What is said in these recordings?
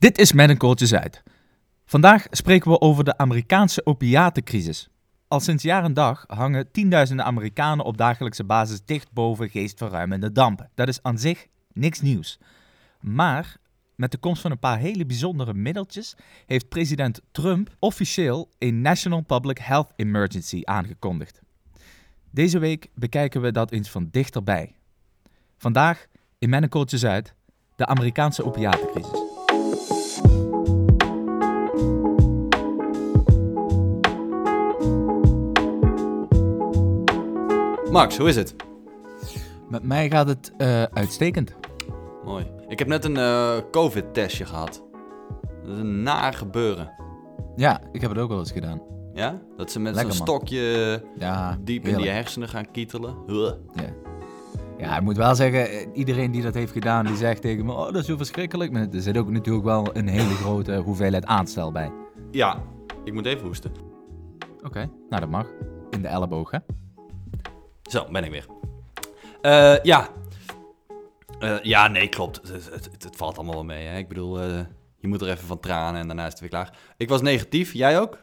Dit is Met een Korreltje Zuid. Vandaag spreken we over de Amerikaanse opiatencrisis. Al sinds jaar en dag hangen tienduizenden Amerikanen op dagelijkse basis dicht boven geestverruimende dampen. Dat is aan zich niks nieuws. Maar met de komst van een paar hele bijzondere middeltjes heeft president Trump officieel een National Public Health Emergency aangekondigd. Deze week bekijken we dat eens van dichterbij. Vandaag in Met een Korreltje Zuid de Amerikaanse opiatencrisis. Max, hoe is het? Met mij gaat het uitstekend. Mooi. Ik heb net een COVID-testje gehad. Dat is een naar gebeuren. Ja, ik heb het ook wel eens gedaan. Ja? Dat ze met Lekker, zo'n man. stokje diep in heerlijk. die hersenen gaan kietelen. Huh. Ja, ik moet wel zeggen, iedereen die dat heeft gedaan, die zegt tegen me, oh, dat is zo verschrikkelijk. Maar er zit ook natuurlijk wel een hele grote hoeveelheid aanstel bij. Ja, ik moet even hoesten. Oké, nou dat mag. In de elleboog, hè? Zo, ben ik weer. Ja, nee, klopt. Het valt allemaal wel mee. Hè? Ik bedoel, je moet er even van tranen en daarna is het weer klaar. Ik was negatief, jij ook?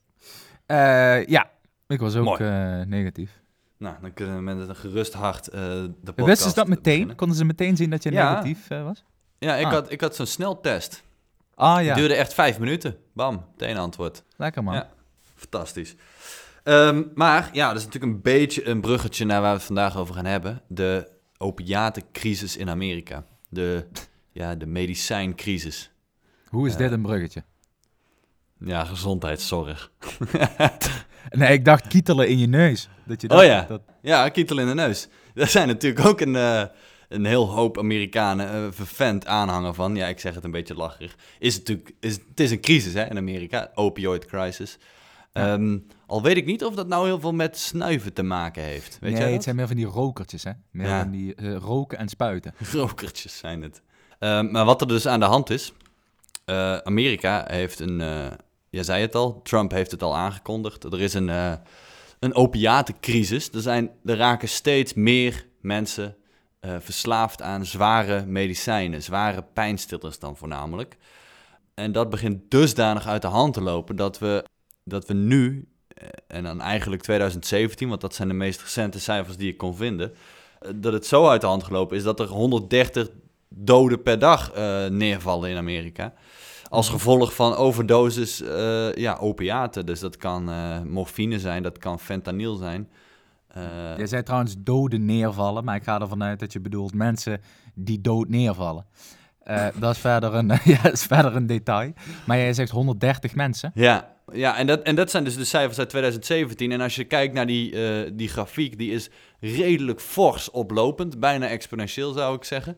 Ja, ik was ook Mooi. negatief. Nou, dan kunnen we met een gerust hart de podcast Wisten ze dat meteen? beginnen. Konden ze meteen zien dat je Ja. negatief was? Ja, ik had zo'n sneltest. Ah Het ja, duurde echt 5 minuten. Bam, meteen antwoord. lekker man. Ja. Fantastisch. Maar ja, dat is natuurlijk een beetje een bruggetje naar waar we het vandaag over gaan hebben. De opiatencrisis in Amerika. De medicijncrisis. Hoe is dit een bruggetje? Ja, gezondheidszorg. Nee, ik dacht kietelen in je neus. Dat je Oh ja. dat... Ja, kietel in de neus. Daar zijn natuurlijk ook een heel hoop Amerikanen vervent aanhanger van. Ja, ik zeg het een beetje lacherig. Het is een crisis hè, in Amerika, opioid crisis. Ja. Al weet ik niet of dat nou heel veel met snuiven te maken heeft. Weet jij Nee, dat? het zijn meer van die rokertjes, hè? Meer Ja. van die roken en spuiten. Rokertjes zijn het. Maar wat er dus aan de hand is... Amerika heeft jij zei het al, Trump heeft het al aangekondigd. Er is een opiatencrisis. Er raken steeds meer mensen verslaafd aan zware medicijnen. Zware pijnstillers dan voornamelijk. En dat begint dusdanig uit de hand te lopen dat we nu... En dan eigenlijk 2017, want dat zijn de meest recente cijfers die ik kon vinden... dat het zo uit de hand gelopen is dat er 130 doden per dag neervallen in Amerika. Als gevolg van overdoses opiaten. Dus dat kan morfine zijn, dat kan fentanyl zijn. Jij zei trouwens doden neervallen, maar ik ga ervan uit dat je bedoelt mensen die dood neervallen. Dat is verder een detail. Maar jij zegt 130 mensen. Ja, en dat zijn dus de cijfers uit 2017. En als je kijkt naar die grafiek, die is redelijk fors oplopend. Bijna exponentieel zou ik zeggen.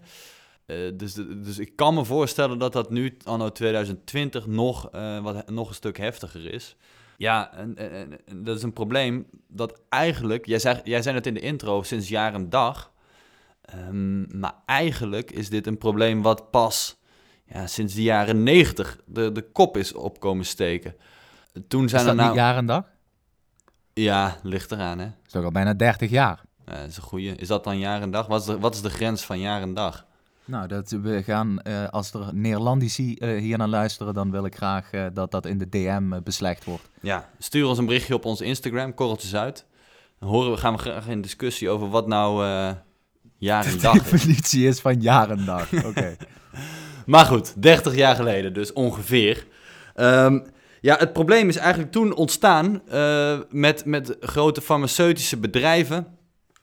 Dus ik kan me voorstellen dat dat nu anno 2020 nog een stuk heftiger is. Ja, en dat is een probleem dat eigenlijk... Jij zei het in de intro, sinds jaar en dag. Maar eigenlijk is dit een probleem wat pas sinds de jaren 90 de kop is opkomen steken. Toen zijn Is dat niet jaar en dag? Ja, ligt eraan, hè. Dat is toch al bijna 30 jaar. Dat is een goeie. Is dat dan jaar en dag? Wat is de grens van jaar en dag? Nou, we gaan, als er Neerlandici hier naar luisteren, dan wil ik graag dat in de DM beslecht wordt. Ja, stuur ons een berichtje op ons Instagram, Korreltjes Uit. Dan gaan we graag in discussie over wat nou jaar en dag De is. definitie is van jaar en dag. Oké. Maar goed, 30 jaar geleden dus ongeveer. Het probleem is eigenlijk toen ontstaan met grote farmaceutische bedrijven.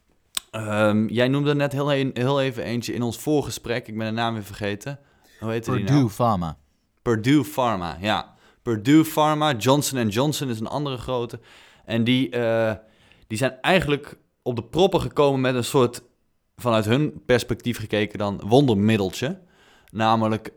Jij noemde net heel even eentje in ons voorgesprek. Ik ben de naam weer vergeten. Hoe heette die nou? Purdue Pharma. Purdue Pharma, ja. Purdue Pharma, Johnson & Johnson is een andere grote. En die zijn eigenlijk op de proppen gekomen met een soort, vanuit hun perspectief gekeken dan, wondermiddeltje. Namelijk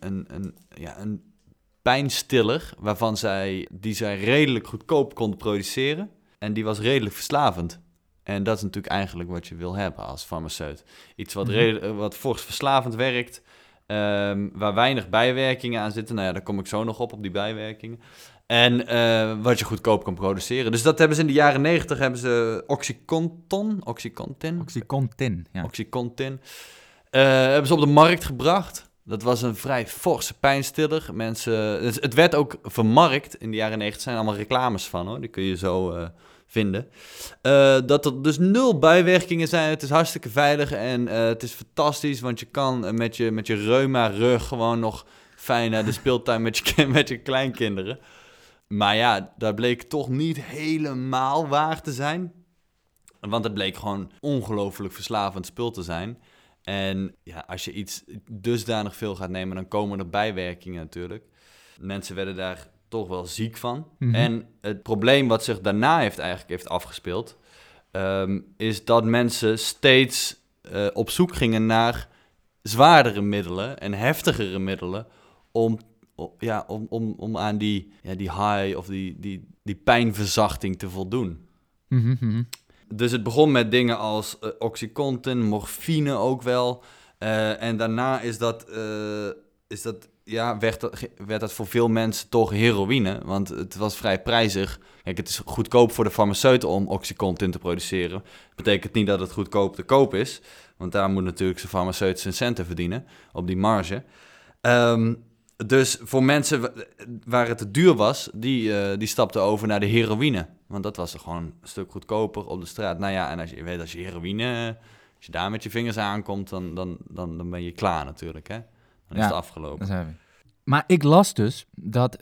een pijnstiller die zij redelijk goedkoop konden produceren. En die was redelijk verslavend. En dat is natuurlijk eigenlijk wat je wil hebben als farmaceut. Iets wat fors verslavend werkt, waar weinig bijwerkingen aan zitten. Nou ja, daar kom ik zo nog op die bijwerkingen. En wat je goedkoop kan produceren. Dus dat hebben ze in de jaren 90, hebben ze Oxycontin, Oxycontin, ja. hebben ze op de markt gebracht. Dat was een vrij forse pijnstiller. Het werd ook vermarkt in de jaren 90. Er zijn allemaal reclames van, hoor. Die kun je zo vinden. Dat er dus 0 bijwerkingen zijn. Het is hartstikke veilig en het is fantastisch. Want je kan met je reuma-rug gewoon nog fijn naar de speeltuin met je kleinkinderen. Maar ja, dat bleek toch niet helemaal waar te zijn. Want het bleek gewoon ongelooflijk verslavend spul te zijn. En ja, als je iets dusdanig veel gaat nemen, dan komen er bijwerkingen natuurlijk. Mensen werden daar toch wel ziek van. Mm-hmm. En het probleem wat zich daarna heeft afgespeeld, is dat mensen steeds op zoek gingen naar zwaardere middelen en heftigere middelen om aan die high of die pijnverzachting te voldoen. Mm-hmm. Dus het begon met dingen als Oxycontin, morfine ook wel. En daarna werd dat voor veel mensen toch heroïne. Want het was vrij prijzig. Kijk, het is goedkoop voor de farmaceuten om Oxycontin te produceren. Dat betekent niet dat het goedkoop te koop is. Want daar moet natuurlijk zijn farmaceut zijn centen verdienen op die marge. Dus voor mensen waar het te duur was, die stapten over naar de heroïne. Want dat was er gewoon een stuk goedkoper op de straat. Nou ja, en als je heroïne, als je daar met je vingers aankomt, dan ben je klaar natuurlijk, hè? Dan is het afgelopen. Dat zijn we. Maar ik las dus dat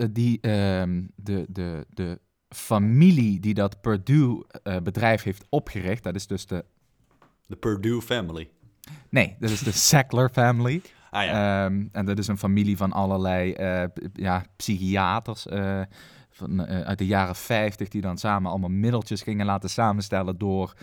de familie die dat Purdue bedrijf heeft opgericht, dat is dus de Purdue family. Nee, dat is de Sackler family. Ah ja. En dat is een familie van allerlei psychiaters uit de jaren 50... die dan samen allemaal middeltjes gingen laten samenstellen door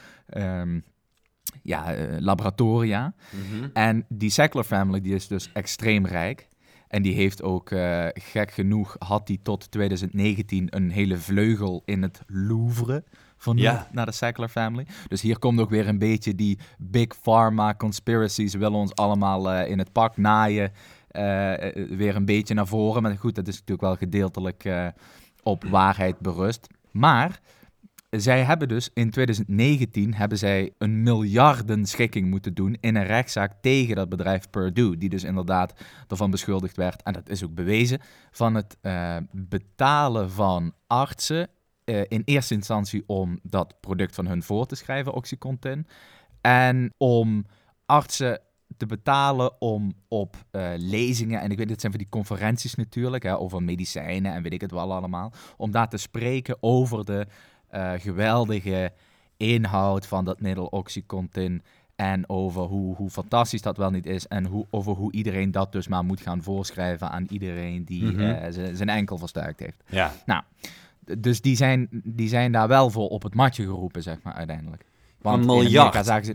laboratoria. Mm-hmm. En die Sackler family die is dus extreem rijk. En die heeft ook, gek genoeg, had die tot 2019 een hele vleugel in het Louvre vernoemd naar de Sackler family. Dus hier komt ook weer een beetje die big pharma conspiracies willen ons allemaal in het pak naaien. Weer een beetje naar voren. Maar goed, dat is natuurlijk wel gedeeltelijk op waarheid berust. Maar zij hebben dus in 2019 een miljardenschikking moeten doen in een rechtszaak tegen dat bedrijf Purdue, die dus inderdaad ervan beschuldigd werd, en dat is ook bewezen, van het betalen van artsen in eerste instantie om dat product van hun voor te schrijven, Oxycontin, en om artsen te betalen om op lezingen, en ik weet het zijn van die conferenties natuurlijk, over medicijnen en weet ik het wel allemaal, om daar te spreken over de geweldige inhoud van dat middel Oxycontin en over hoe fantastisch dat wel niet is en over hoe iedereen dat dus maar moet gaan voorschrijven aan iedereen die zijn enkel verstuikt heeft. Ja. Nou, dus die zijn daar wel voor op het matje geroepen, zeg maar, uiteindelijk. Want een miljard?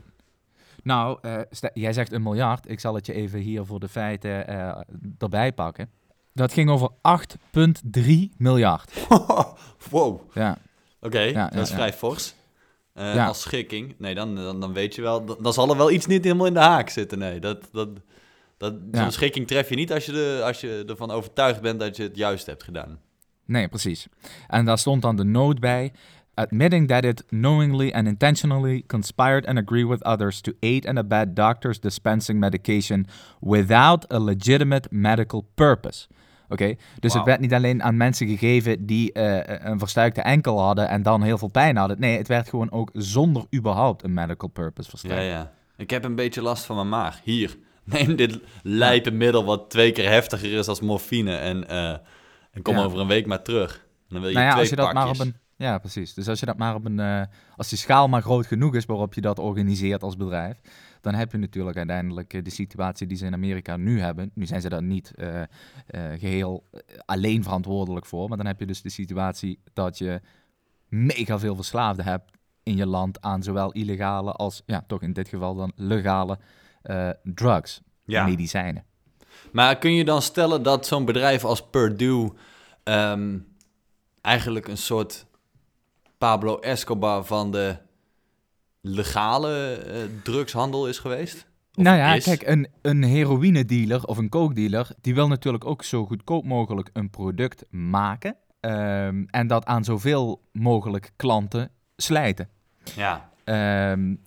Jij zegt 1 miljard. Ik zal het je even hier voor de feiten erbij pakken. Dat ging over 8,3 miljard. Wow. Ja. Oké, dat is vrij fors. Als schikking. Nee, dan weet je wel. Dan zal er wel iets niet helemaal in de haak zitten. Nee, zo'n schikking tref je niet als je ervan overtuigd bent dat je het juist hebt gedaan. Nee, precies. En daar stond dan de note bij. Admitting that it knowingly and intentionally conspired and agreed with others to aid and abet doctors dispensing medication without a legitimate medical purpose. Oké, dus Het werd niet alleen aan mensen gegeven die een verstuikte enkel hadden en dan heel veel pijn hadden. Nee, het werd gewoon ook zonder überhaupt een medical purpose verstrekt. Ja. Ik heb een beetje last van mijn maag. Hier, neem dit lijpe middel wat 2 keer heftiger is als morfine en kom over een week maar terug. Dan wil je 2 pakjes. Ja, precies. Dus als je dat maar als die schaal maar groot genoeg is waarop je dat organiseert als bedrijf, dan heb je natuurlijk uiteindelijk de situatie die ze in Amerika nu hebben. Nu zijn ze daar niet geheel alleen verantwoordelijk voor, maar dan heb je dus de situatie dat je mega veel verslaafden hebt in je land aan zowel illegale als, toch in dit geval dan legale drugs, medicijnen. Maar kun je dan stellen dat zo'n bedrijf als Purdue eigenlijk een soort Pablo Escobar van de legale drugshandel is geweest? Kijk, een heroïne-dealer of een coke-dealer, die wil natuurlijk ook zo goedkoop mogelijk een product maken en dat aan zoveel mogelijk klanten slijten. Ja.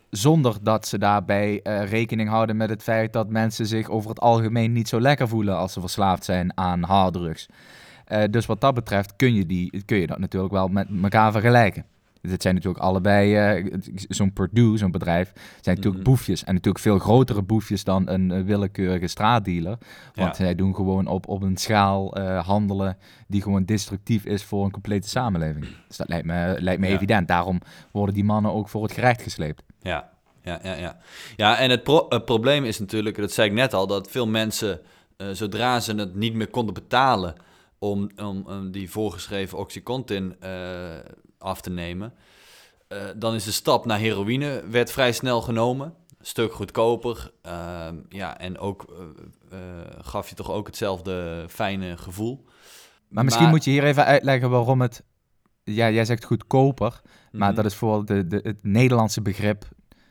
zonder dat ze daarbij rekening houden met het feit dat mensen zich over het algemeen niet zo lekker voelen als ze verslaafd zijn aan harddrugs. Dus wat dat betreft kun je dat natuurlijk wel met elkaar vergelijken. Dit zijn natuurlijk allebei, zo'n Purdue, zo'n bedrijf, zijn natuurlijk boefjes. En natuurlijk veel grotere boefjes dan een willekeurige straatdealer. Want zij doen gewoon op een schaal handelen die gewoon destructief is voor een complete samenleving. Dus dat lijkt me evident. Daarom worden die mannen ook voor het gerecht gesleept. Ja. Ja, en het probleem is natuurlijk, dat zei ik net al, dat veel mensen, zodra ze het niet meer konden betalen om die voorgeschreven Oxycontin af te nemen, dan is de stap naar heroïne werd vrij snel genomen. Een stuk goedkoper. En ook gaf je toch ook hetzelfde fijne gevoel. Maar misschien moet je hier even uitleggen waarom het... Ja, jij zegt goedkoper, maar dat is voor het Nederlandse begrip.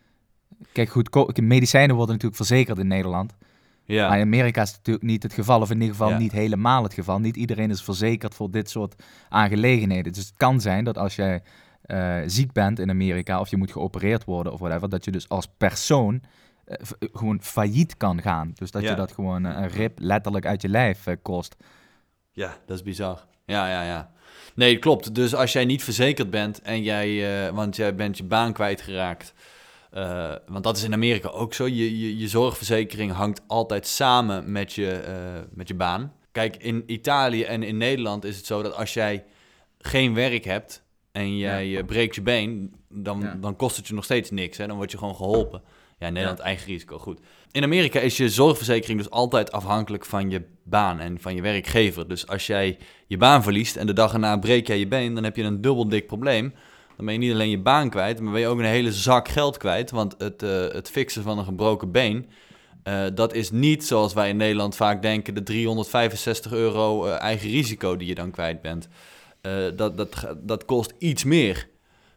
Kijk, medicijnen worden natuurlijk verzekerd in Nederland. Ja. Maar in Amerika is het natuurlijk niet het geval, of in ieder geval niet helemaal het geval. Niet iedereen is verzekerd voor dit soort aangelegenheden. Dus het kan zijn dat als jij ziek bent in Amerika, of je moet geopereerd worden of whatever, dat je dus als persoon gewoon failliet kan gaan. Dus dat je dat gewoon een rib letterlijk uit je lijf kost. Ja, dat is bizar. Ja. Nee, klopt. Dus als jij niet verzekerd bent en want jij bent je baan kwijtgeraakt. Want dat is in Amerika ook zo. Je zorgverzekering hangt altijd samen met je baan. Kijk, in Italië en in Nederland is het zo dat als jij geen werk hebt en jij breekt je been, dan kost het je nog steeds niks. Hè? Dan word je gewoon geholpen. Ja, in Nederland eigen risico, goed. In Amerika is je zorgverzekering dus altijd afhankelijk van je baan en van je werkgever. Dus als jij je baan verliest en de dag erna breek jij je been, dan heb je een dubbel dik probleem. Dan ben je niet alleen je baan kwijt, maar ben je ook een hele zak geld kwijt. Want het fixen van een gebroken been, dat is niet zoals wij in Nederland vaak denken, de €365 eigen risico die je dan kwijt bent. Dat kost iets meer.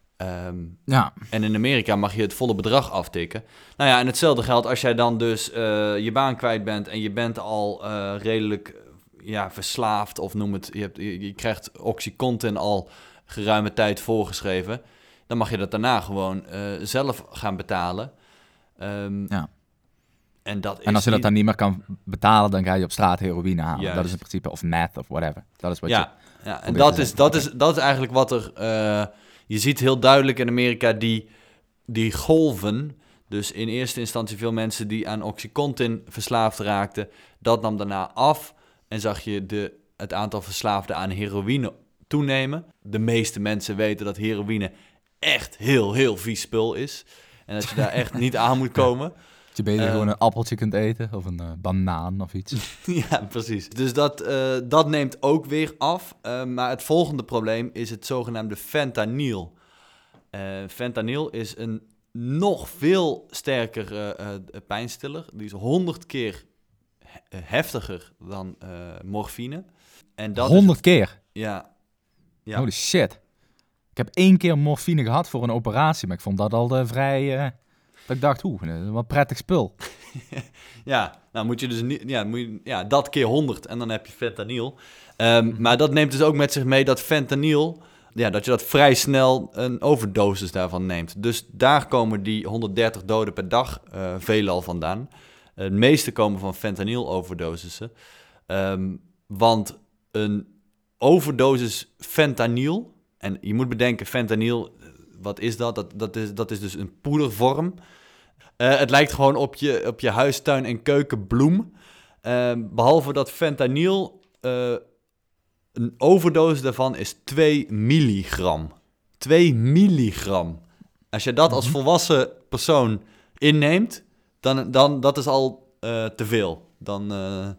En in Amerika mag je het volle bedrag aftikken. Nou ja, en hetzelfde geldt als jij dan dus je baan kwijt bent en je bent al redelijk verslaafd, of noem het, je krijgt Oxycontin al geruime tijd voorgeschreven, dan mag je dat daarna gewoon zelf gaan betalen. En als je dat dan niet meer kan betalen, dan ga je op straat heroïne halen. Juist. Dat is in principe, of meth of whatever. Dat is wat je... Ja, en dat is eigenlijk wat er... je ziet heel duidelijk in Amerika die golven. Dus in eerste instantie veel mensen die aan Oxycontin verslaafd raakten. Dat nam daarna af en zag je het aantal verslaafden aan heroïne toenemen. De meeste mensen weten dat heroïne echt heel, heel vies spul is. En dat je daar echt niet aan moet komen. Dat je beter gewoon een appeltje kunt eten of een banaan of iets. Ja, precies. Dus dat neemt ook weer af. Maar het volgende probleem is het zogenaamde fentanyl. Fentanyl is een nog veel sterker pijnstiller. Die is 100 keer heftiger dan morfine. En dat 100 keer? Ja. Holy shit. Ik heb 1 keer morfine gehad voor een operatie, maar ik vond dat al vrij... dat ik dacht, wat prettig spul. Ja, nou moet je dus niet... dat keer 100 en dan heb je fentanyl. Maar dat neemt dus ook met zich mee dat fentanyl... Ja, dat je dat vrij snel een overdosis daarvan neemt. Dus daar komen die 130 doden per dag veelal vandaan. Het meeste komen van fentanyl-overdosissen. Want een overdosis fentanyl... En je moet bedenken, fentanyl, wat is dat? Dat is dus een poedervorm. Het lijkt gewoon op je huistuin- en keukenbloem. Behalve dat fentanyl... een overdosis daarvan is 2 milligram. 2 milligram. Als je dat als volwassen persoon inneemt, dan dat is al te veel. Dan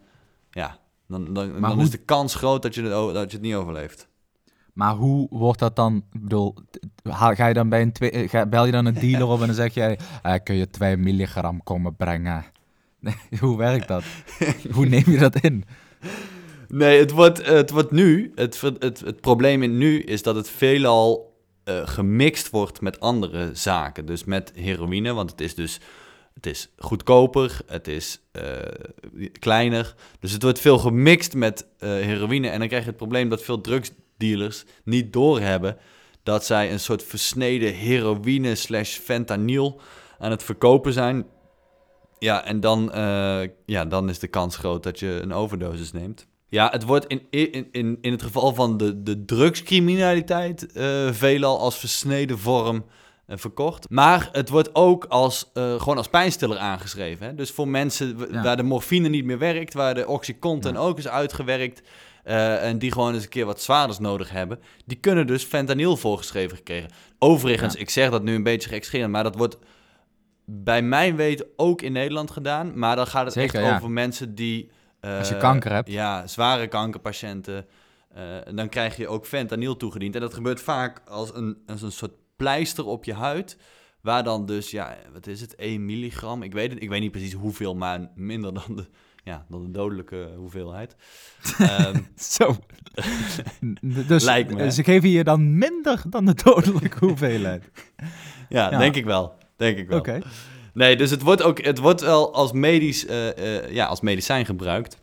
is de kans groot dat je het niet overleeft. Maar hoe wordt dat dan? Ik bedoel, ga je dan bel je dan een dealer op en dan zeg jij, kun je 2 milligram komen brengen? Nee, hoe werkt dat? Hoe neem je dat in? Nee, het wordt nu... Het probleem nu is dat het veelal gemixt wordt met andere zaken. Dus met heroïne, want het is goedkoper, het is kleiner. Dus het wordt veel gemixt met heroïne. En dan krijg je het probleem dat veel drugsdealers niet doorhebben dat zij een soort versneden heroïne/fentanyl aan het verkopen zijn. Ja, en dan is de kans groot dat je een overdosis neemt. Ja, het wordt in het geval van de drugscriminaliteit veelal als versneden vorm verkocht. Maar het wordt ook gewoon als pijnstiller aangeschreven. Hè? Dus voor mensen waar de morfine niet meer werkt, waar de Oxycontin ook is uitgewerkt, en die gewoon eens een keer wat zwaarders nodig hebben, die kunnen dus fentanyl voorgeschreven gekregen. Overigens, ik zeg dat nu een beetje gekscherend, maar dat wordt bij mijn weten ook in Nederland gedaan. Maar dan gaat het echt over mensen die... als je kanker hebt. Ja, zware kankerpatiënten. Dan krijg je ook fentanyl toegediend. En dat gebeurt vaak als een soort pleister op je huid. Waar dan dus, wat is het, 1 milligram? Ik weet niet precies hoeveel, maar minder dan de dodelijke hoeveelheid. Zo. Dus lijkt me, ze geven je dan minder dan de dodelijke hoeveelheid. Ja, denk ik wel. Oké. Nee, dus het wordt wel als als medicijn gebruikt.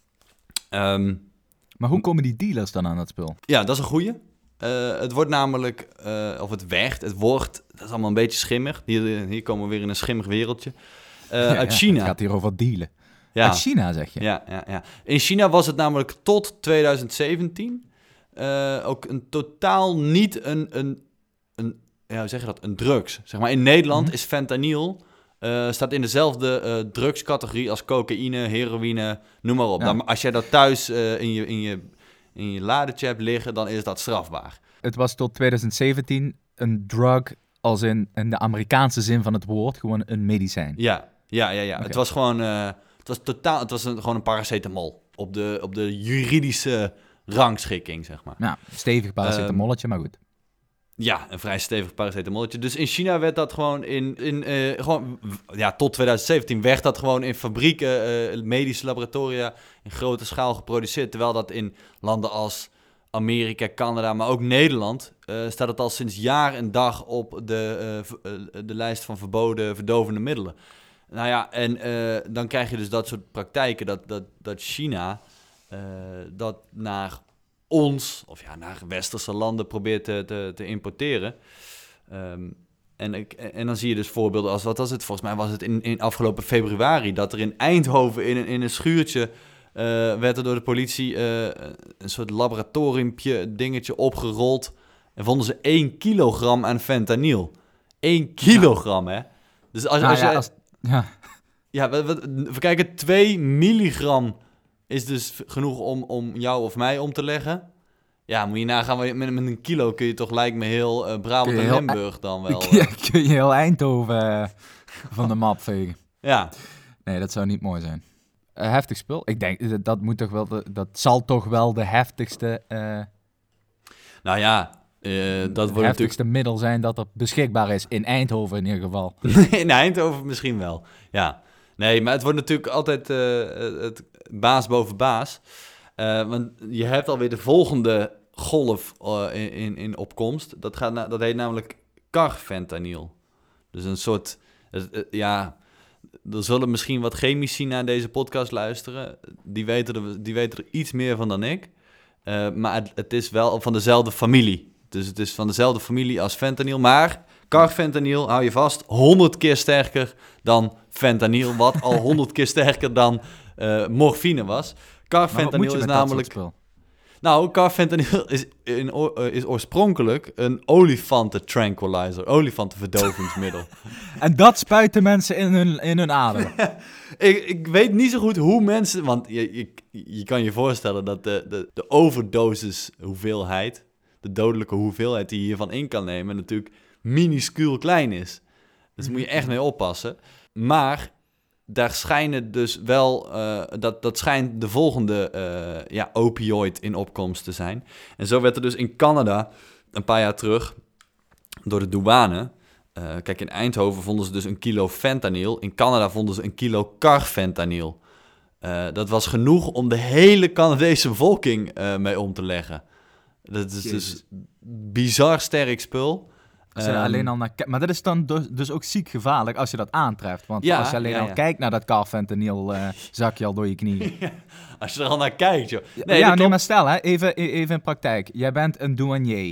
Maar hoe komen die dealers dan aan dat spul? Ja, dat is een goeie. Het wordt namelijk, het wordt, dat is allemaal een beetje schimmig. Hier komen we weer in een schimmig wereldje. Uit China. Het gaat hier over dealen. Ja. Uit China, zeg je? Ja. In China was het namelijk tot 2017 ook een totaal niet een hoe zeg je dat, een drugs. Zeg maar in Nederland is fentanyl staat in dezelfde drugscategorie als cocaïne, heroïne, noem maar op. Ja. Dan, als jij dat thuis in je ladertje hebt liggen, dan is dat strafbaar. Het was tot 2017 een drug als in de Amerikaanse zin van het woord, gewoon een medicijn. Ja. Okay. Het was gewoon, gewoon een paracetamol op de juridische rangschikking, zeg maar. Ja, stevig paracetamolletje, maar goed. Ja, een vrij stevig paracetamolletje. Dus in China werd dat gewoon tot 2017 werd dat gewoon in fabrieken, medische laboratoria in grote schaal geproduceerd. Terwijl dat in landen als Amerika, Canada, maar ook Nederland staat het al sinds jaar en dag op de lijst van verboden verdovende middelen. Nou ja, en dan krijg je dus dat soort praktijken dat China dat naar ons, of naar westerse landen probeert te importeren. En dan zie je dus voorbeelden als, wat was het? Volgens mij was het in afgelopen februari, dat er in Eindhoven in een schuurtje werd er door de politie een soort laboratoriumpje dingetje opgerold. En vonden ze 1 kilogram aan fentanyl. 1 kilogram, hè? Dus we kijken, 2 milligram is dus genoeg om jou of mij om te leggen. Ja, moet je nagaan, met een kilo kun je toch, lijkt me, heel Brabant en Limburg dan wel. Kun je heel Eindhoven van de map vegen. Ja. Nee, dat zou niet mooi zijn. Heftig spul. Ik denk, dat moet toch wel, dat zal toch wel de heftigste... Nou ja, dat wordt heftigste middel zijn dat er beschikbaar is. In Eindhoven in ieder geval. In Eindhoven misschien wel, ja. Nee, maar het wordt natuurlijk altijd het baas boven baas. Want je hebt alweer de volgende golf in opkomst. Dat heet namelijk carfentanyl. Dus een soort... Er zullen misschien wat chemici naar deze podcast luisteren. Die weten er iets meer van dan ik. Maar het is wel van dezelfde familie. Dus het is van dezelfde familie als fentanyl. Maar carfentanyl, hou je vast, 100 keer sterker dan fentanyl. Wat al 100 keer sterker dan morfine was. Carfentanyl is namelijk... Nou, carfentanyl is oorspronkelijk een olifantentranquilizer, olifantenverdovingsmiddel. En dat spuiten mensen in hun aderen. Ik weet niet zo goed hoe mensen... Want je kan je voorstellen dat de overdosis hoeveelheid, de dodelijke hoeveelheid die je hiervan in kan nemen, natuurlijk minuscuul klein is. Dus daar moet je echt mee oppassen. Maar daar schijnen dus wel... dat schijnt de volgende opioid in opkomst te zijn. En zo werd er dus in Canada een paar jaar terug door de douane... kijk, in Eindhoven vonden ze dus 1 kilo fentanyl. In Canada vonden ze 1 kilo carfentanyl. Dat was genoeg om de hele Canadese bevolking mee om te leggen. Dat is dus bizar sterk spul. Alleen al maar dat is dan dus ook ziek gevaarlijk als je dat aantreft. Want als je alleen al kijkt naar dat carfentanyl, zak je al door je knieën. Ja, als je er al naar kijkt, joh. Nee, maar stel, hè, even in praktijk. Jij bent een douanier.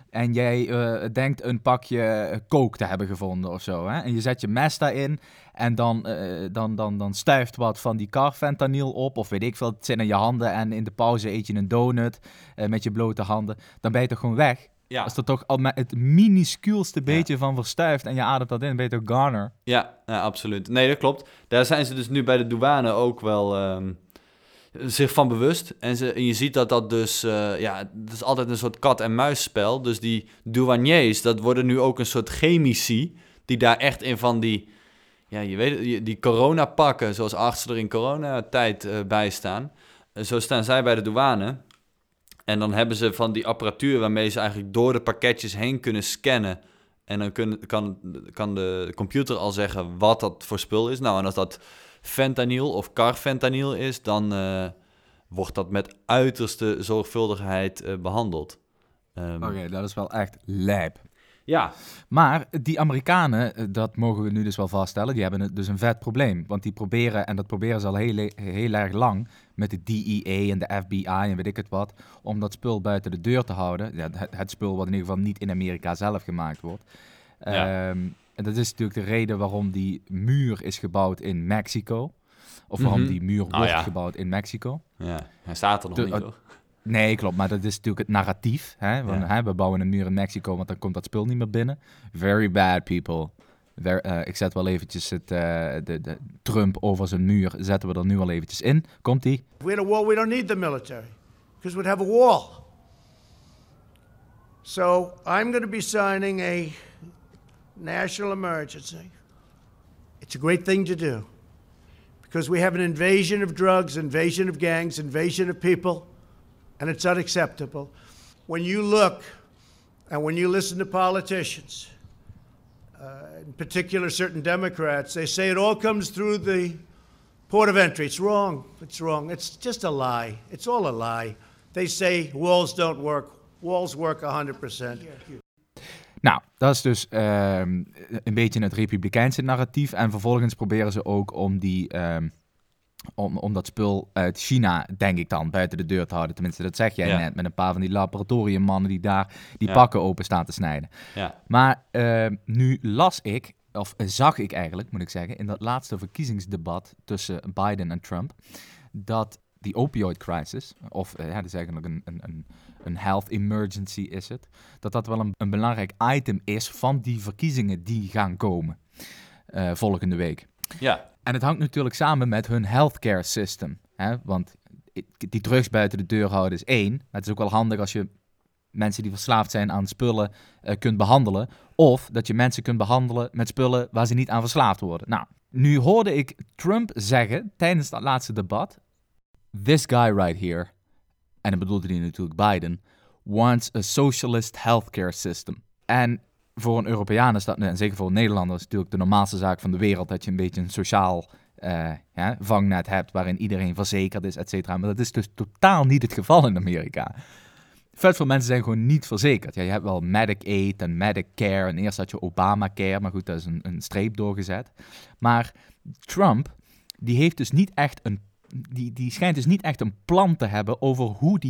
en jij denkt een pakje coke te hebben gevonden of zo, hè? En je zet je mes daarin en dan stuift wat van die carfentanyl op, of weet ik veel, het zit in je handen en in de pauze eet je een donut met je blote handen, dan ben je toch gewoon weg? Ja. Als er toch al met het minuscuulste beetje van verstuift en je ademt dat in, ben je toch goner? Ja, absoluut. Nee, dat klopt. Daar zijn ze dus nu bij de douane ook wel zich van bewust. En je ziet dat dus... het is altijd een soort kat-en-muisspel. Dus die douaniers, dat worden nu ook een soort chemici... die daar echt in van die... Ja, je weet die coronapakken, zoals artsen er in coronatijd bij staan. Zo staan zij bij de douane... En dan hebben ze van die apparatuur waarmee ze eigenlijk door de pakketjes heen kunnen scannen. En dan kan de computer al zeggen wat dat voor spul is. Nou, en als dat fentanyl of carfentanyl is, dan wordt dat met uiterste zorgvuldigheid behandeld. Oké, dat is wel echt lijp. Ja. Maar die Amerikanen, dat mogen we nu dus wel vaststellen, die hebben dus een vet probleem. Want die proberen, en dat proberen ze al heel erg lang, met de DEA en de FBI en weet ik het wat, om dat spul buiten de deur te houden. Ja, het spul wat in ieder geval niet in Amerika zelf gemaakt wordt. Ja. En dat is natuurlijk de reden waarom die muur is gebouwd in Mexico. Of waarom die muur wordt gebouwd in Mexico. Ja, hij staat er nog niet, hoor. Nee, klopt, maar dat is natuurlijk het narratief. Hè? Want, we bouwen een muur in Mexico, want dan komt dat spul niet meer binnen. Very bad, people. Ik zet wel eventjes de Trump over zijn muur, zetten we er nu al eventjes in. Komt-ie? If we had a wall, we don't need the military, because we'd have a wall. So I'm going to be signing a national emergency. It's a great thing to do, because we have an invasion of drugs, invasion of gangs, invasion of people. And it's unacceptable. When you look and when you listen to politicians, in particular certain Democrats, they say it all comes through the port of entry. It's wrong. It's wrong. It's just a lie. It's all a lie. They say walls don't work. Walls work 100%. Nou, dat is dus een beetje het republikeinse narratief. En vervolgens proberen ze ook om die... Om dat spul uit China, denk ik dan, buiten de deur te houden. Tenminste, dat zeg jij net, met een paar van die laboratoriummannen die daar die pakken open staan te snijden. Ja. Maar nu zag ik eigenlijk, moet ik zeggen, in dat laatste verkiezingsdebat tussen Biden en Trump, dat die opioid crisis, of dat is eigenlijk een health emergency is het, dat wel een belangrijk item is van die verkiezingen die gaan komen volgende week. Ja. En het hangt natuurlijk samen met hun healthcare system. Hè? Want die drugs buiten de deur houden is één. Maar het is ook wel handig als je mensen die verslaafd zijn aan spullen kunt behandelen. Of dat je mensen kunt behandelen met spullen waar ze niet aan verslaafd worden. Nou, nu hoorde ik Trump zeggen tijdens dat laatste debat. This guy right here, en dan bedoelde hij natuurlijk Biden, wants a socialist healthcare system. En voor een Europeaan is dat, en zeker voor een Nederlander, is natuurlijk de normaalste zaak van de wereld dat je een beetje een sociaal vangnet hebt waarin iedereen verzekerd is, et cetera. Maar dat is dus totaal niet het geval in Amerika. Vet veel mensen zijn gewoon niet verzekerd. Ja, je hebt wel Medicaid en Medicare en eerst had je Obamacare, maar goed, dat is een streep doorgezet. Maar Trump, die heeft dus niet echt die schijnt dus niet echt een plan te hebben over hoe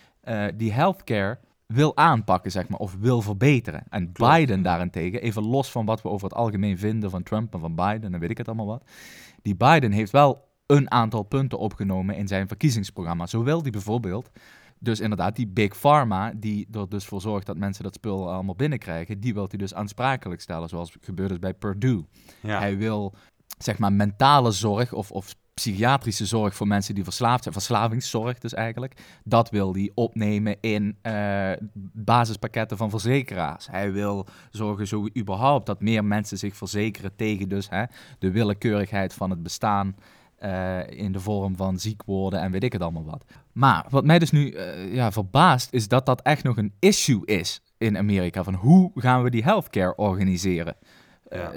die healthcare wil aanpakken, zeg maar, of wil verbeteren. En Biden daarentegen, even los van wat we over het algemeen vinden van Trump en van Biden, en weet ik het allemaal wat. Die Biden heeft wel een aantal punten opgenomen in zijn verkiezingsprogramma. Zo wil die bijvoorbeeld, dus inderdaad, die Big Pharma, die er dus voor zorgt dat mensen dat spul allemaal binnenkrijgen, die wil hij dus aansprakelijk stellen, zoals gebeurd is bij Purdue. Ja. Hij wil, zeg maar, mentale zorg of psychiatrische zorg voor mensen die verslaafd zijn, verslavingszorg dus eigenlijk, dat wil hij opnemen in basispakketten van verzekeraars. Hij wil zorgen zo überhaupt dat meer mensen zich verzekeren tegen dus de willekeurigheid van het bestaan in de vorm van ziek worden en weet ik het allemaal wat. Maar wat mij dus nu verbaast is dat dat echt nog een issue is in Amerika, van hoe gaan we die healthcare organiseren? Ja.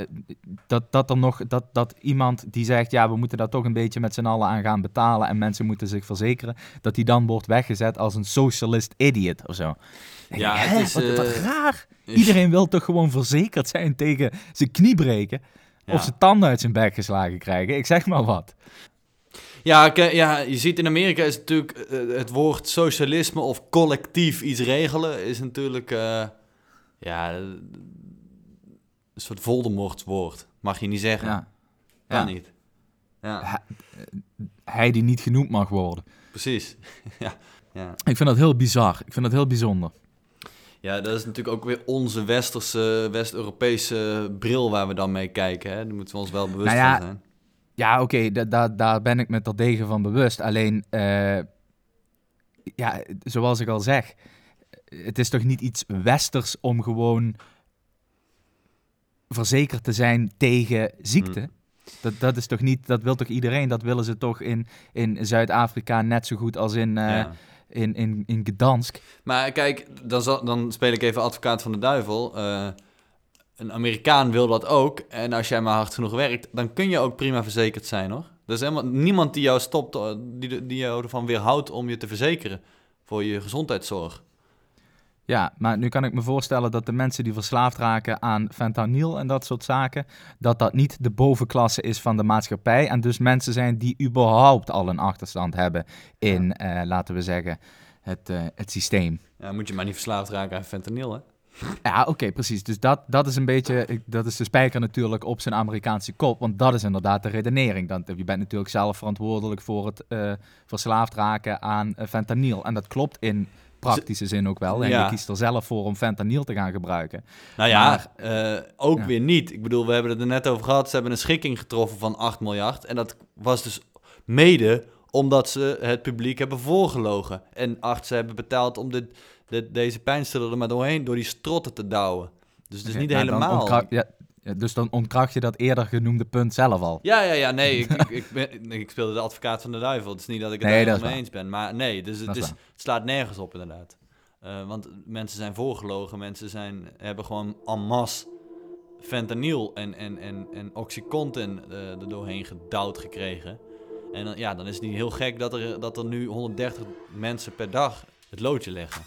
Dat iemand die zegt, ja, we moeten daar toch een beetje met z'n allen aan gaan betalen en mensen moeten zich verzekeren, dat die dan wordt weggezet als een socialist idiot of zo. Ja, het is wat raar. Iedereen wil toch gewoon verzekerd zijn tegen zijn knie breken of zijn tanden uit zijn bek geslagen krijgen. Ik zeg maar wat. Ja, je ziet in Amerika is natuurlijk het woord socialisme of collectief iets regelen is natuurlijk Ja, een soort Voldemort-woord. Mag je niet zeggen. Ja. Kan niet. Ja, Hij die niet genoemd mag worden. precies. Ja. Ik vind dat heel bizar. Ik vind dat heel bijzonder. Ja, dat is natuurlijk ook weer onze West-Europese bril waar we dan mee kijken. Hè? Daar moeten we ons wel bewust van zijn. Ja, oké, daar ben ik me terdege van bewust. Alleen, zoals ik al zeg, het is toch niet iets westers om gewoon verzekerd te zijn tegen ziekte? Dat is toch niet, dat wil toch iedereen? Dat willen ze toch in Zuid-Afrika net zo goed als in Gdansk. Maar kijk, dan speel ik even advocaat van de duivel. Een Amerikaan wil dat ook. En als jij maar hard genoeg werkt, dan kun je ook prima verzekerd zijn, hoor. Er is helemaal niemand die jou stopt, die jou ervan weerhoudt om je te verzekeren voor je gezondheidszorg. Ja, maar nu kan ik me voorstellen dat de mensen die verslaafd raken aan fentanyl en dat soort zaken, dat niet de bovenklasse is van de maatschappij. En dus mensen zijn die überhaupt al een achterstand hebben in, laten we zeggen, het systeem. Ja, moet je maar niet verslaafd raken aan fentanyl, hè? Ja, oké, precies. Dus dat is een beetje, dat is de spijker natuurlijk op zijn Amerikaanse kop, want dat is inderdaad de redenering. Je bent natuurlijk zelf verantwoordelijk voor het verslaafd raken aan fentanyl. En dat klopt in praktische zin ook wel. En je kiest er zelf voor om fentanyl te gaan gebruiken. Nou ja, ook weer niet. Ik bedoel, we hebben het er net over gehad. Ze hebben een schikking getroffen van 8 miljard. En dat was dus mede omdat ze het publiek hebben voorgelogen. En artsen hebben betaald om deze pijnstiller er maar doorheen, door die strotten te douwen. Dus het is niet helemaal... Dus dan ontkracht je dat eerder genoemde punt zelf al. Ja, nee, ik speelde de advocaat van de duivel. Het is niet dat ik het helemaal mee eens ben. Maar nee, dus het slaat nergens op inderdaad. Want mensen zijn voorgelogen, mensen hebben gewoon en masse fentanyl en Oxycontin er doorheen gedouwd gekregen. En dan is het niet heel gek dat er nu 130 mensen per dag het loodje leggen.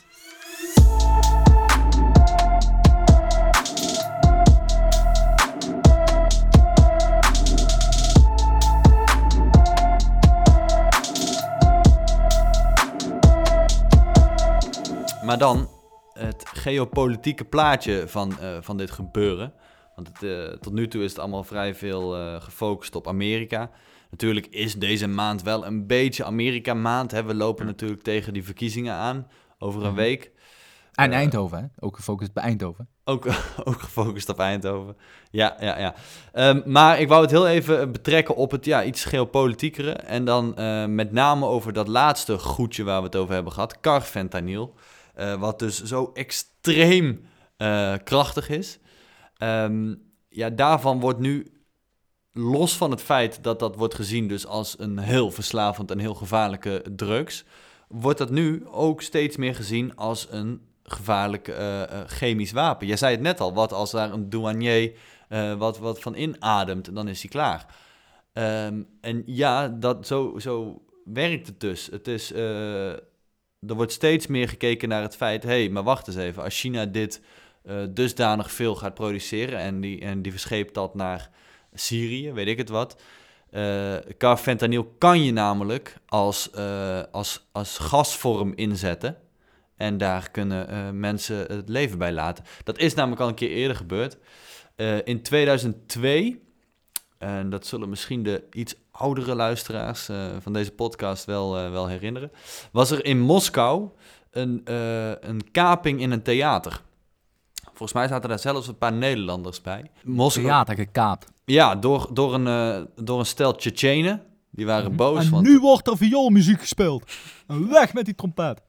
Maar dan het geopolitieke plaatje van dit gebeuren. Want tot nu toe is het allemaal vrij veel gefocust op Amerika. Natuurlijk is deze maand wel een beetje Amerika-maand. We lopen natuurlijk tegen die verkiezingen aan over een week. En Eindhoven, hè? Ook gefocust bij Eindhoven. Ook gefocust op Eindhoven. Ja. Maar ik wou het heel even betrekken op het iets geopolitiekere. En dan met name over dat laatste goedje waar we het over hebben gehad. Carfentanyl. Wat dus zo extreem krachtig is. Daarvan wordt nu, los van het feit dat wordt gezien dus als een heel verslavend en heel gevaarlijke drugs, wordt dat nu ook steeds meer gezien als een gevaarlijk chemisch wapen. Jij zei het net al, wat als daar een douanier wat van inademt, dan is hij klaar. En ja, zo werkt het dus. Het is... Er wordt steeds meer gekeken naar het feit, maar wacht eens even, als China dit dusdanig veel gaat produceren en die verscheept dat naar Syrië, weet ik het wat. Carfentanyl kan je namelijk als gasvorm inzetten en daar kunnen mensen het leven bij laten. Dat is namelijk al een keer eerder gebeurd. In 2002, en dat zullen misschien de iets oudere luisteraars van deze podcast wel herinneren, was er in Moskou een kaping in een theater. Volgens mij zaten daar zelfs een paar Nederlanders bij. Theater gekaapt. Ja, door een stel Tsjetsjenen. Die waren boos. En nu wordt er vioolmuziek gespeeld. En weg met die trompet.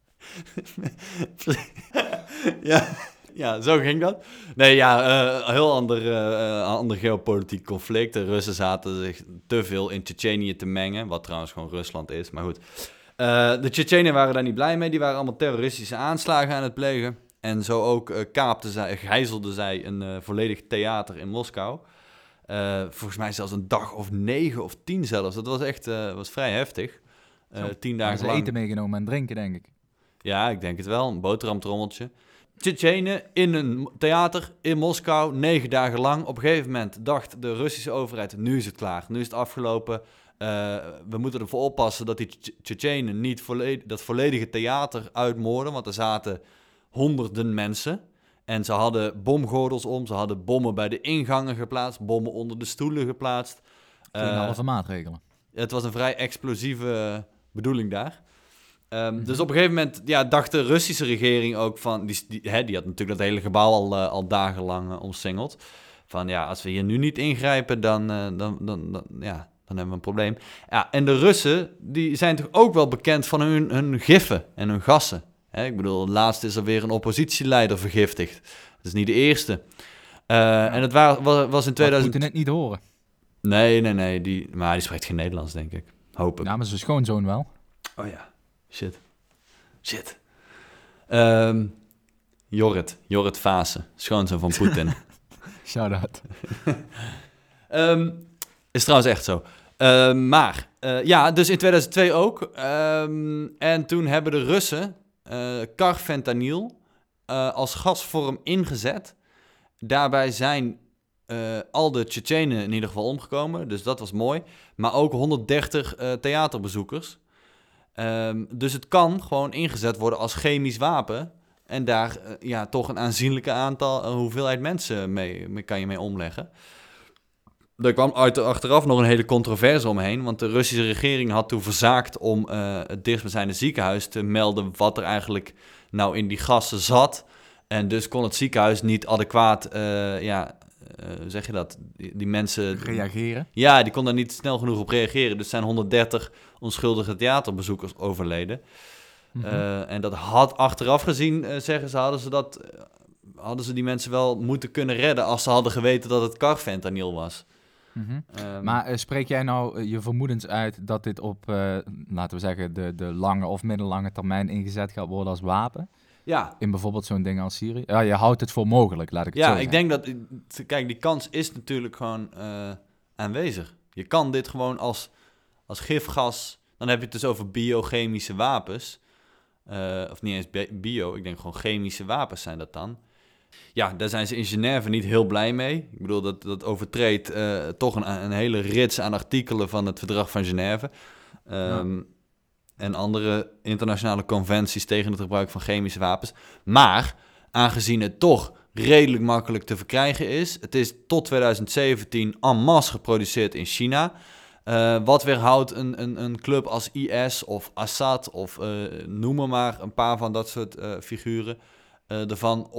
Ja, zo ging dat. Nee, een heel ander geopolitiek conflict. De Russen zaten zich te veel in Tsjetsjenië te mengen, wat trouwens gewoon Rusland is, maar goed. De Tsjetsjenen waren daar niet blij mee. Die waren allemaal terroristische aanslagen aan het plegen. En zo ook gijzelden zij een volledig theater in Moskou. Volgens mij zelfs een dag of 9 of 10 zelfs. Dat was echt was vrij heftig. 10 dagen lang. Ze eten meegenomen en drinken, denk ik. Ja, ik denk het wel. Een boterhamtrommeltje. Tsjetsjenen in een theater in Moskou, 9 dagen lang. Op een gegeven moment dacht de Russische overheid, nu is het klaar. Nu is het afgelopen. We moeten ervoor oppassen dat die Tsjetsjenen niet dat volledige theater uitmoorden. Want er zaten honderden mensen. En ze hadden bomgordels om, ze hadden bommen bij de ingangen geplaatst, bommen onder de stoelen geplaatst. Geen halve maatregelen. Het was een vrij explosieve bedoeling daar. Dus op een gegeven moment dacht de Russische regering ook van... Die had natuurlijk dat hele gebouw al dagenlang omsingeld. Van als we hier nu niet ingrijpen, dan hebben we een probleem. Ja, en de Russen, die zijn toch ook wel bekend van hun giffen en hun gassen. Ik bedoel, laatst is er weer een oppositieleider vergiftigd. Dat is niet de eerste. En het was in 2000... We moeten het niet horen. Nee. Maar die spreekt geen Nederlands, denk ik. Hoop ik. Ja, maar zijn schoonzoon wel. Oh ja. Shit. Jorrit Vaassen, schoonzoon van Poetin. Shout-out. Is trouwens echt zo. Dus in 2002 ook. En toen hebben de Russen carfentanyl als gasvorm ingezet. Daarbij zijn al de Tsjetsjenen in ieder geval omgekomen. Dus dat was mooi. Maar ook 130 theaterbezoekers. Dus het kan gewoon ingezet worden als chemisch wapen. En daar toch een aanzienlijke hoeveelheid mensen kan je mee omleggen. Er kwam achteraf nog een hele controverse omheen. Want de Russische regering had toen verzaakt om het dichtstbijzijnde ziekenhuis te melden wat er eigenlijk nou in die gassen zat. En dus kon het ziekenhuis niet adequaat, hoe zeg je dat? Die mensen... Reageren? Ja, die kon daar niet snel genoeg op reageren. Dus zijn 130 onschuldige theaterbezoekers overleden. Mm-hmm. En dat had achteraf gezien, zeggen ze, hadden ze die mensen wel moeten kunnen redden als ze hadden geweten dat het carfentanyl was. Mm-hmm. Maar spreek jij nou je vermoedens uit dat dit op, laten we zeggen, de lange of middellange termijn ingezet gaat worden als wapen? Ja. In bijvoorbeeld zo'n ding als Syrië? Ja, je houdt het voor mogelijk, laat ik het zo zeggen. Ja, ik denk dat... Kijk, die kans is natuurlijk gewoon aanwezig. Je kan dit gewoon als gifgas... Dan heb je het dus over biochemische wapens. Of niet eens bio, ik denk gewoon chemische wapens zijn dat dan. Ja, daar zijn ze in Genève niet heel blij mee. Ik bedoel, dat overtreedt toch een hele rits aan artikelen van het Verdrag van Genève. En andere internationale conventies tegen het gebruik van chemische wapens. Maar, aangezien het toch redelijk makkelijk te verkrijgen is... Het is tot 2017 en masse geproduceerd in China... Wat weerhoudt een club als IS of Assad of noem maar een paar van dat soort figuren ervan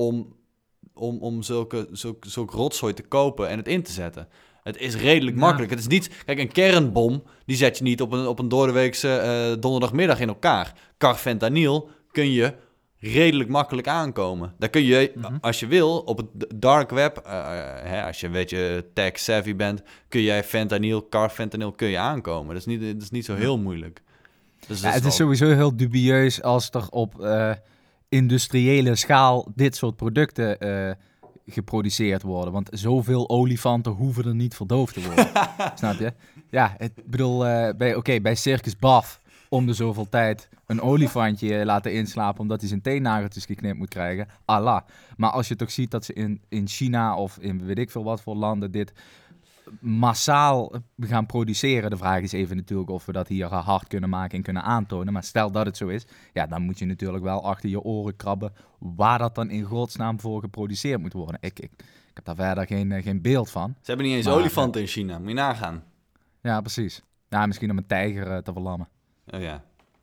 om zulk rotzooi te kopen en het in te zetten. Het is redelijk makkelijk. Het is niet... Kijk, een kernbom, die zet je niet op een doordeweekse donderdagmiddag in elkaar. Carfentanyl kun je redelijk makkelijk aankomen. Daar kun je, als je wil, op het dark web, als je een beetje tech-savvy bent, kun jij carfentanyl kun je aankomen. Dat is niet zo heel moeilijk. Dus het is sowieso heel dubieus als er op industriële schaal dit soort producten geproduceerd worden. Want zoveel olifanten hoeven er niet verdoofd te worden. Snap je? Ja, ik bedoel, bij Circus Baf om de zoveel tijd een olifantje laten inslapen omdat hij zijn teennageltjes geknipt moet krijgen. Allah. Maar als je toch ziet dat ze in China of in weet ik veel wat voor landen dit massaal gaan produceren. De vraag is even natuurlijk of we dat hier hard kunnen maken en kunnen aantonen. Maar stel dat het zo is, ja, dan moet je natuurlijk wel achter je oren krabben waar dat dan in godsnaam voor geproduceerd moet worden. Ik heb daar verder geen beeld van. Ze hebben niet eens olifanten in China, moet je nagaan. Ja, precies. Ja, misschien om een tijger te verlammen. Oh ja.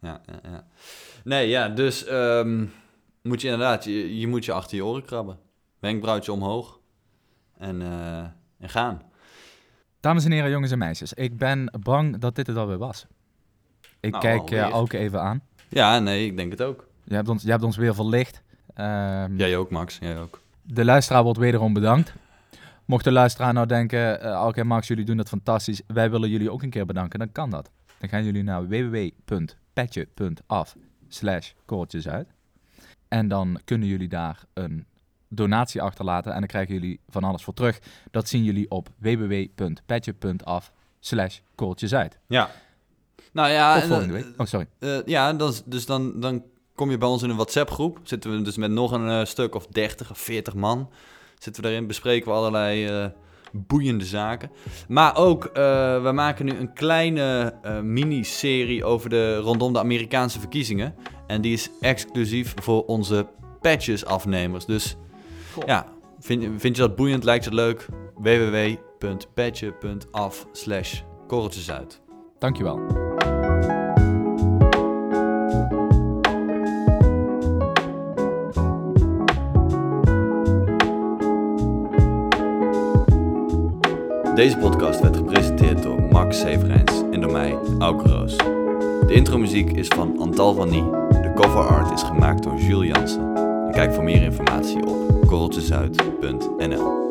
Nee, ja, dus moet je inderdaad, je moet je achter je oren krabben. Wenkbrauwtje omhoog en gaan. Dames en heren, jongens en meisjes, ik ben bang dat dit het alweer was. Ik kijk Auke even aan. Ja, nee, ik denk het ook. Je hebt ons weer verlicht. Jij ook, Max, jij ook. De luisteraar wordt wederom bedankt. Mocht de luisteraar nou denken, Auke en Max, jullie doen dat fantastisch. Wij willen jullie ook een keer bedanken, dan kan dat. Dan gaan jullie naar www.petje.af/korreltjesuit. En dan kunnen jullie daar een donatie achterlaten en dan krijgen jullie van alles voor terug. Dat zien jullie op www.petje.af/korreltjesuit. Ja. Nou ja. Tot volgende week. Oh, sorry. Dan kom je bij ons in een WhatsApp-groep. Zitten we dus met nog een stuk of 30 of 40 man. Zitten we daarin, bespreken we allerlei boeiende zaken. Maar ook, we maken nu een kleine miniserie rondom de Amerikaanse verkiezingen. En die is exclusief voor onze patches-afnemers. Dus Cool. Ja, vind je dat boeiend? Lijkt je het leuk? www.petje.af/korreltjesuit. Dankjewel. Deze podcast werd gepresenteerd door Max Severijns en door mij, Auke Roos. De intromuziek is van Antal van Nie. De cover art is gemaakt door Jules Jansen. En kijk voor meer informatie op korreltjesuit.nl.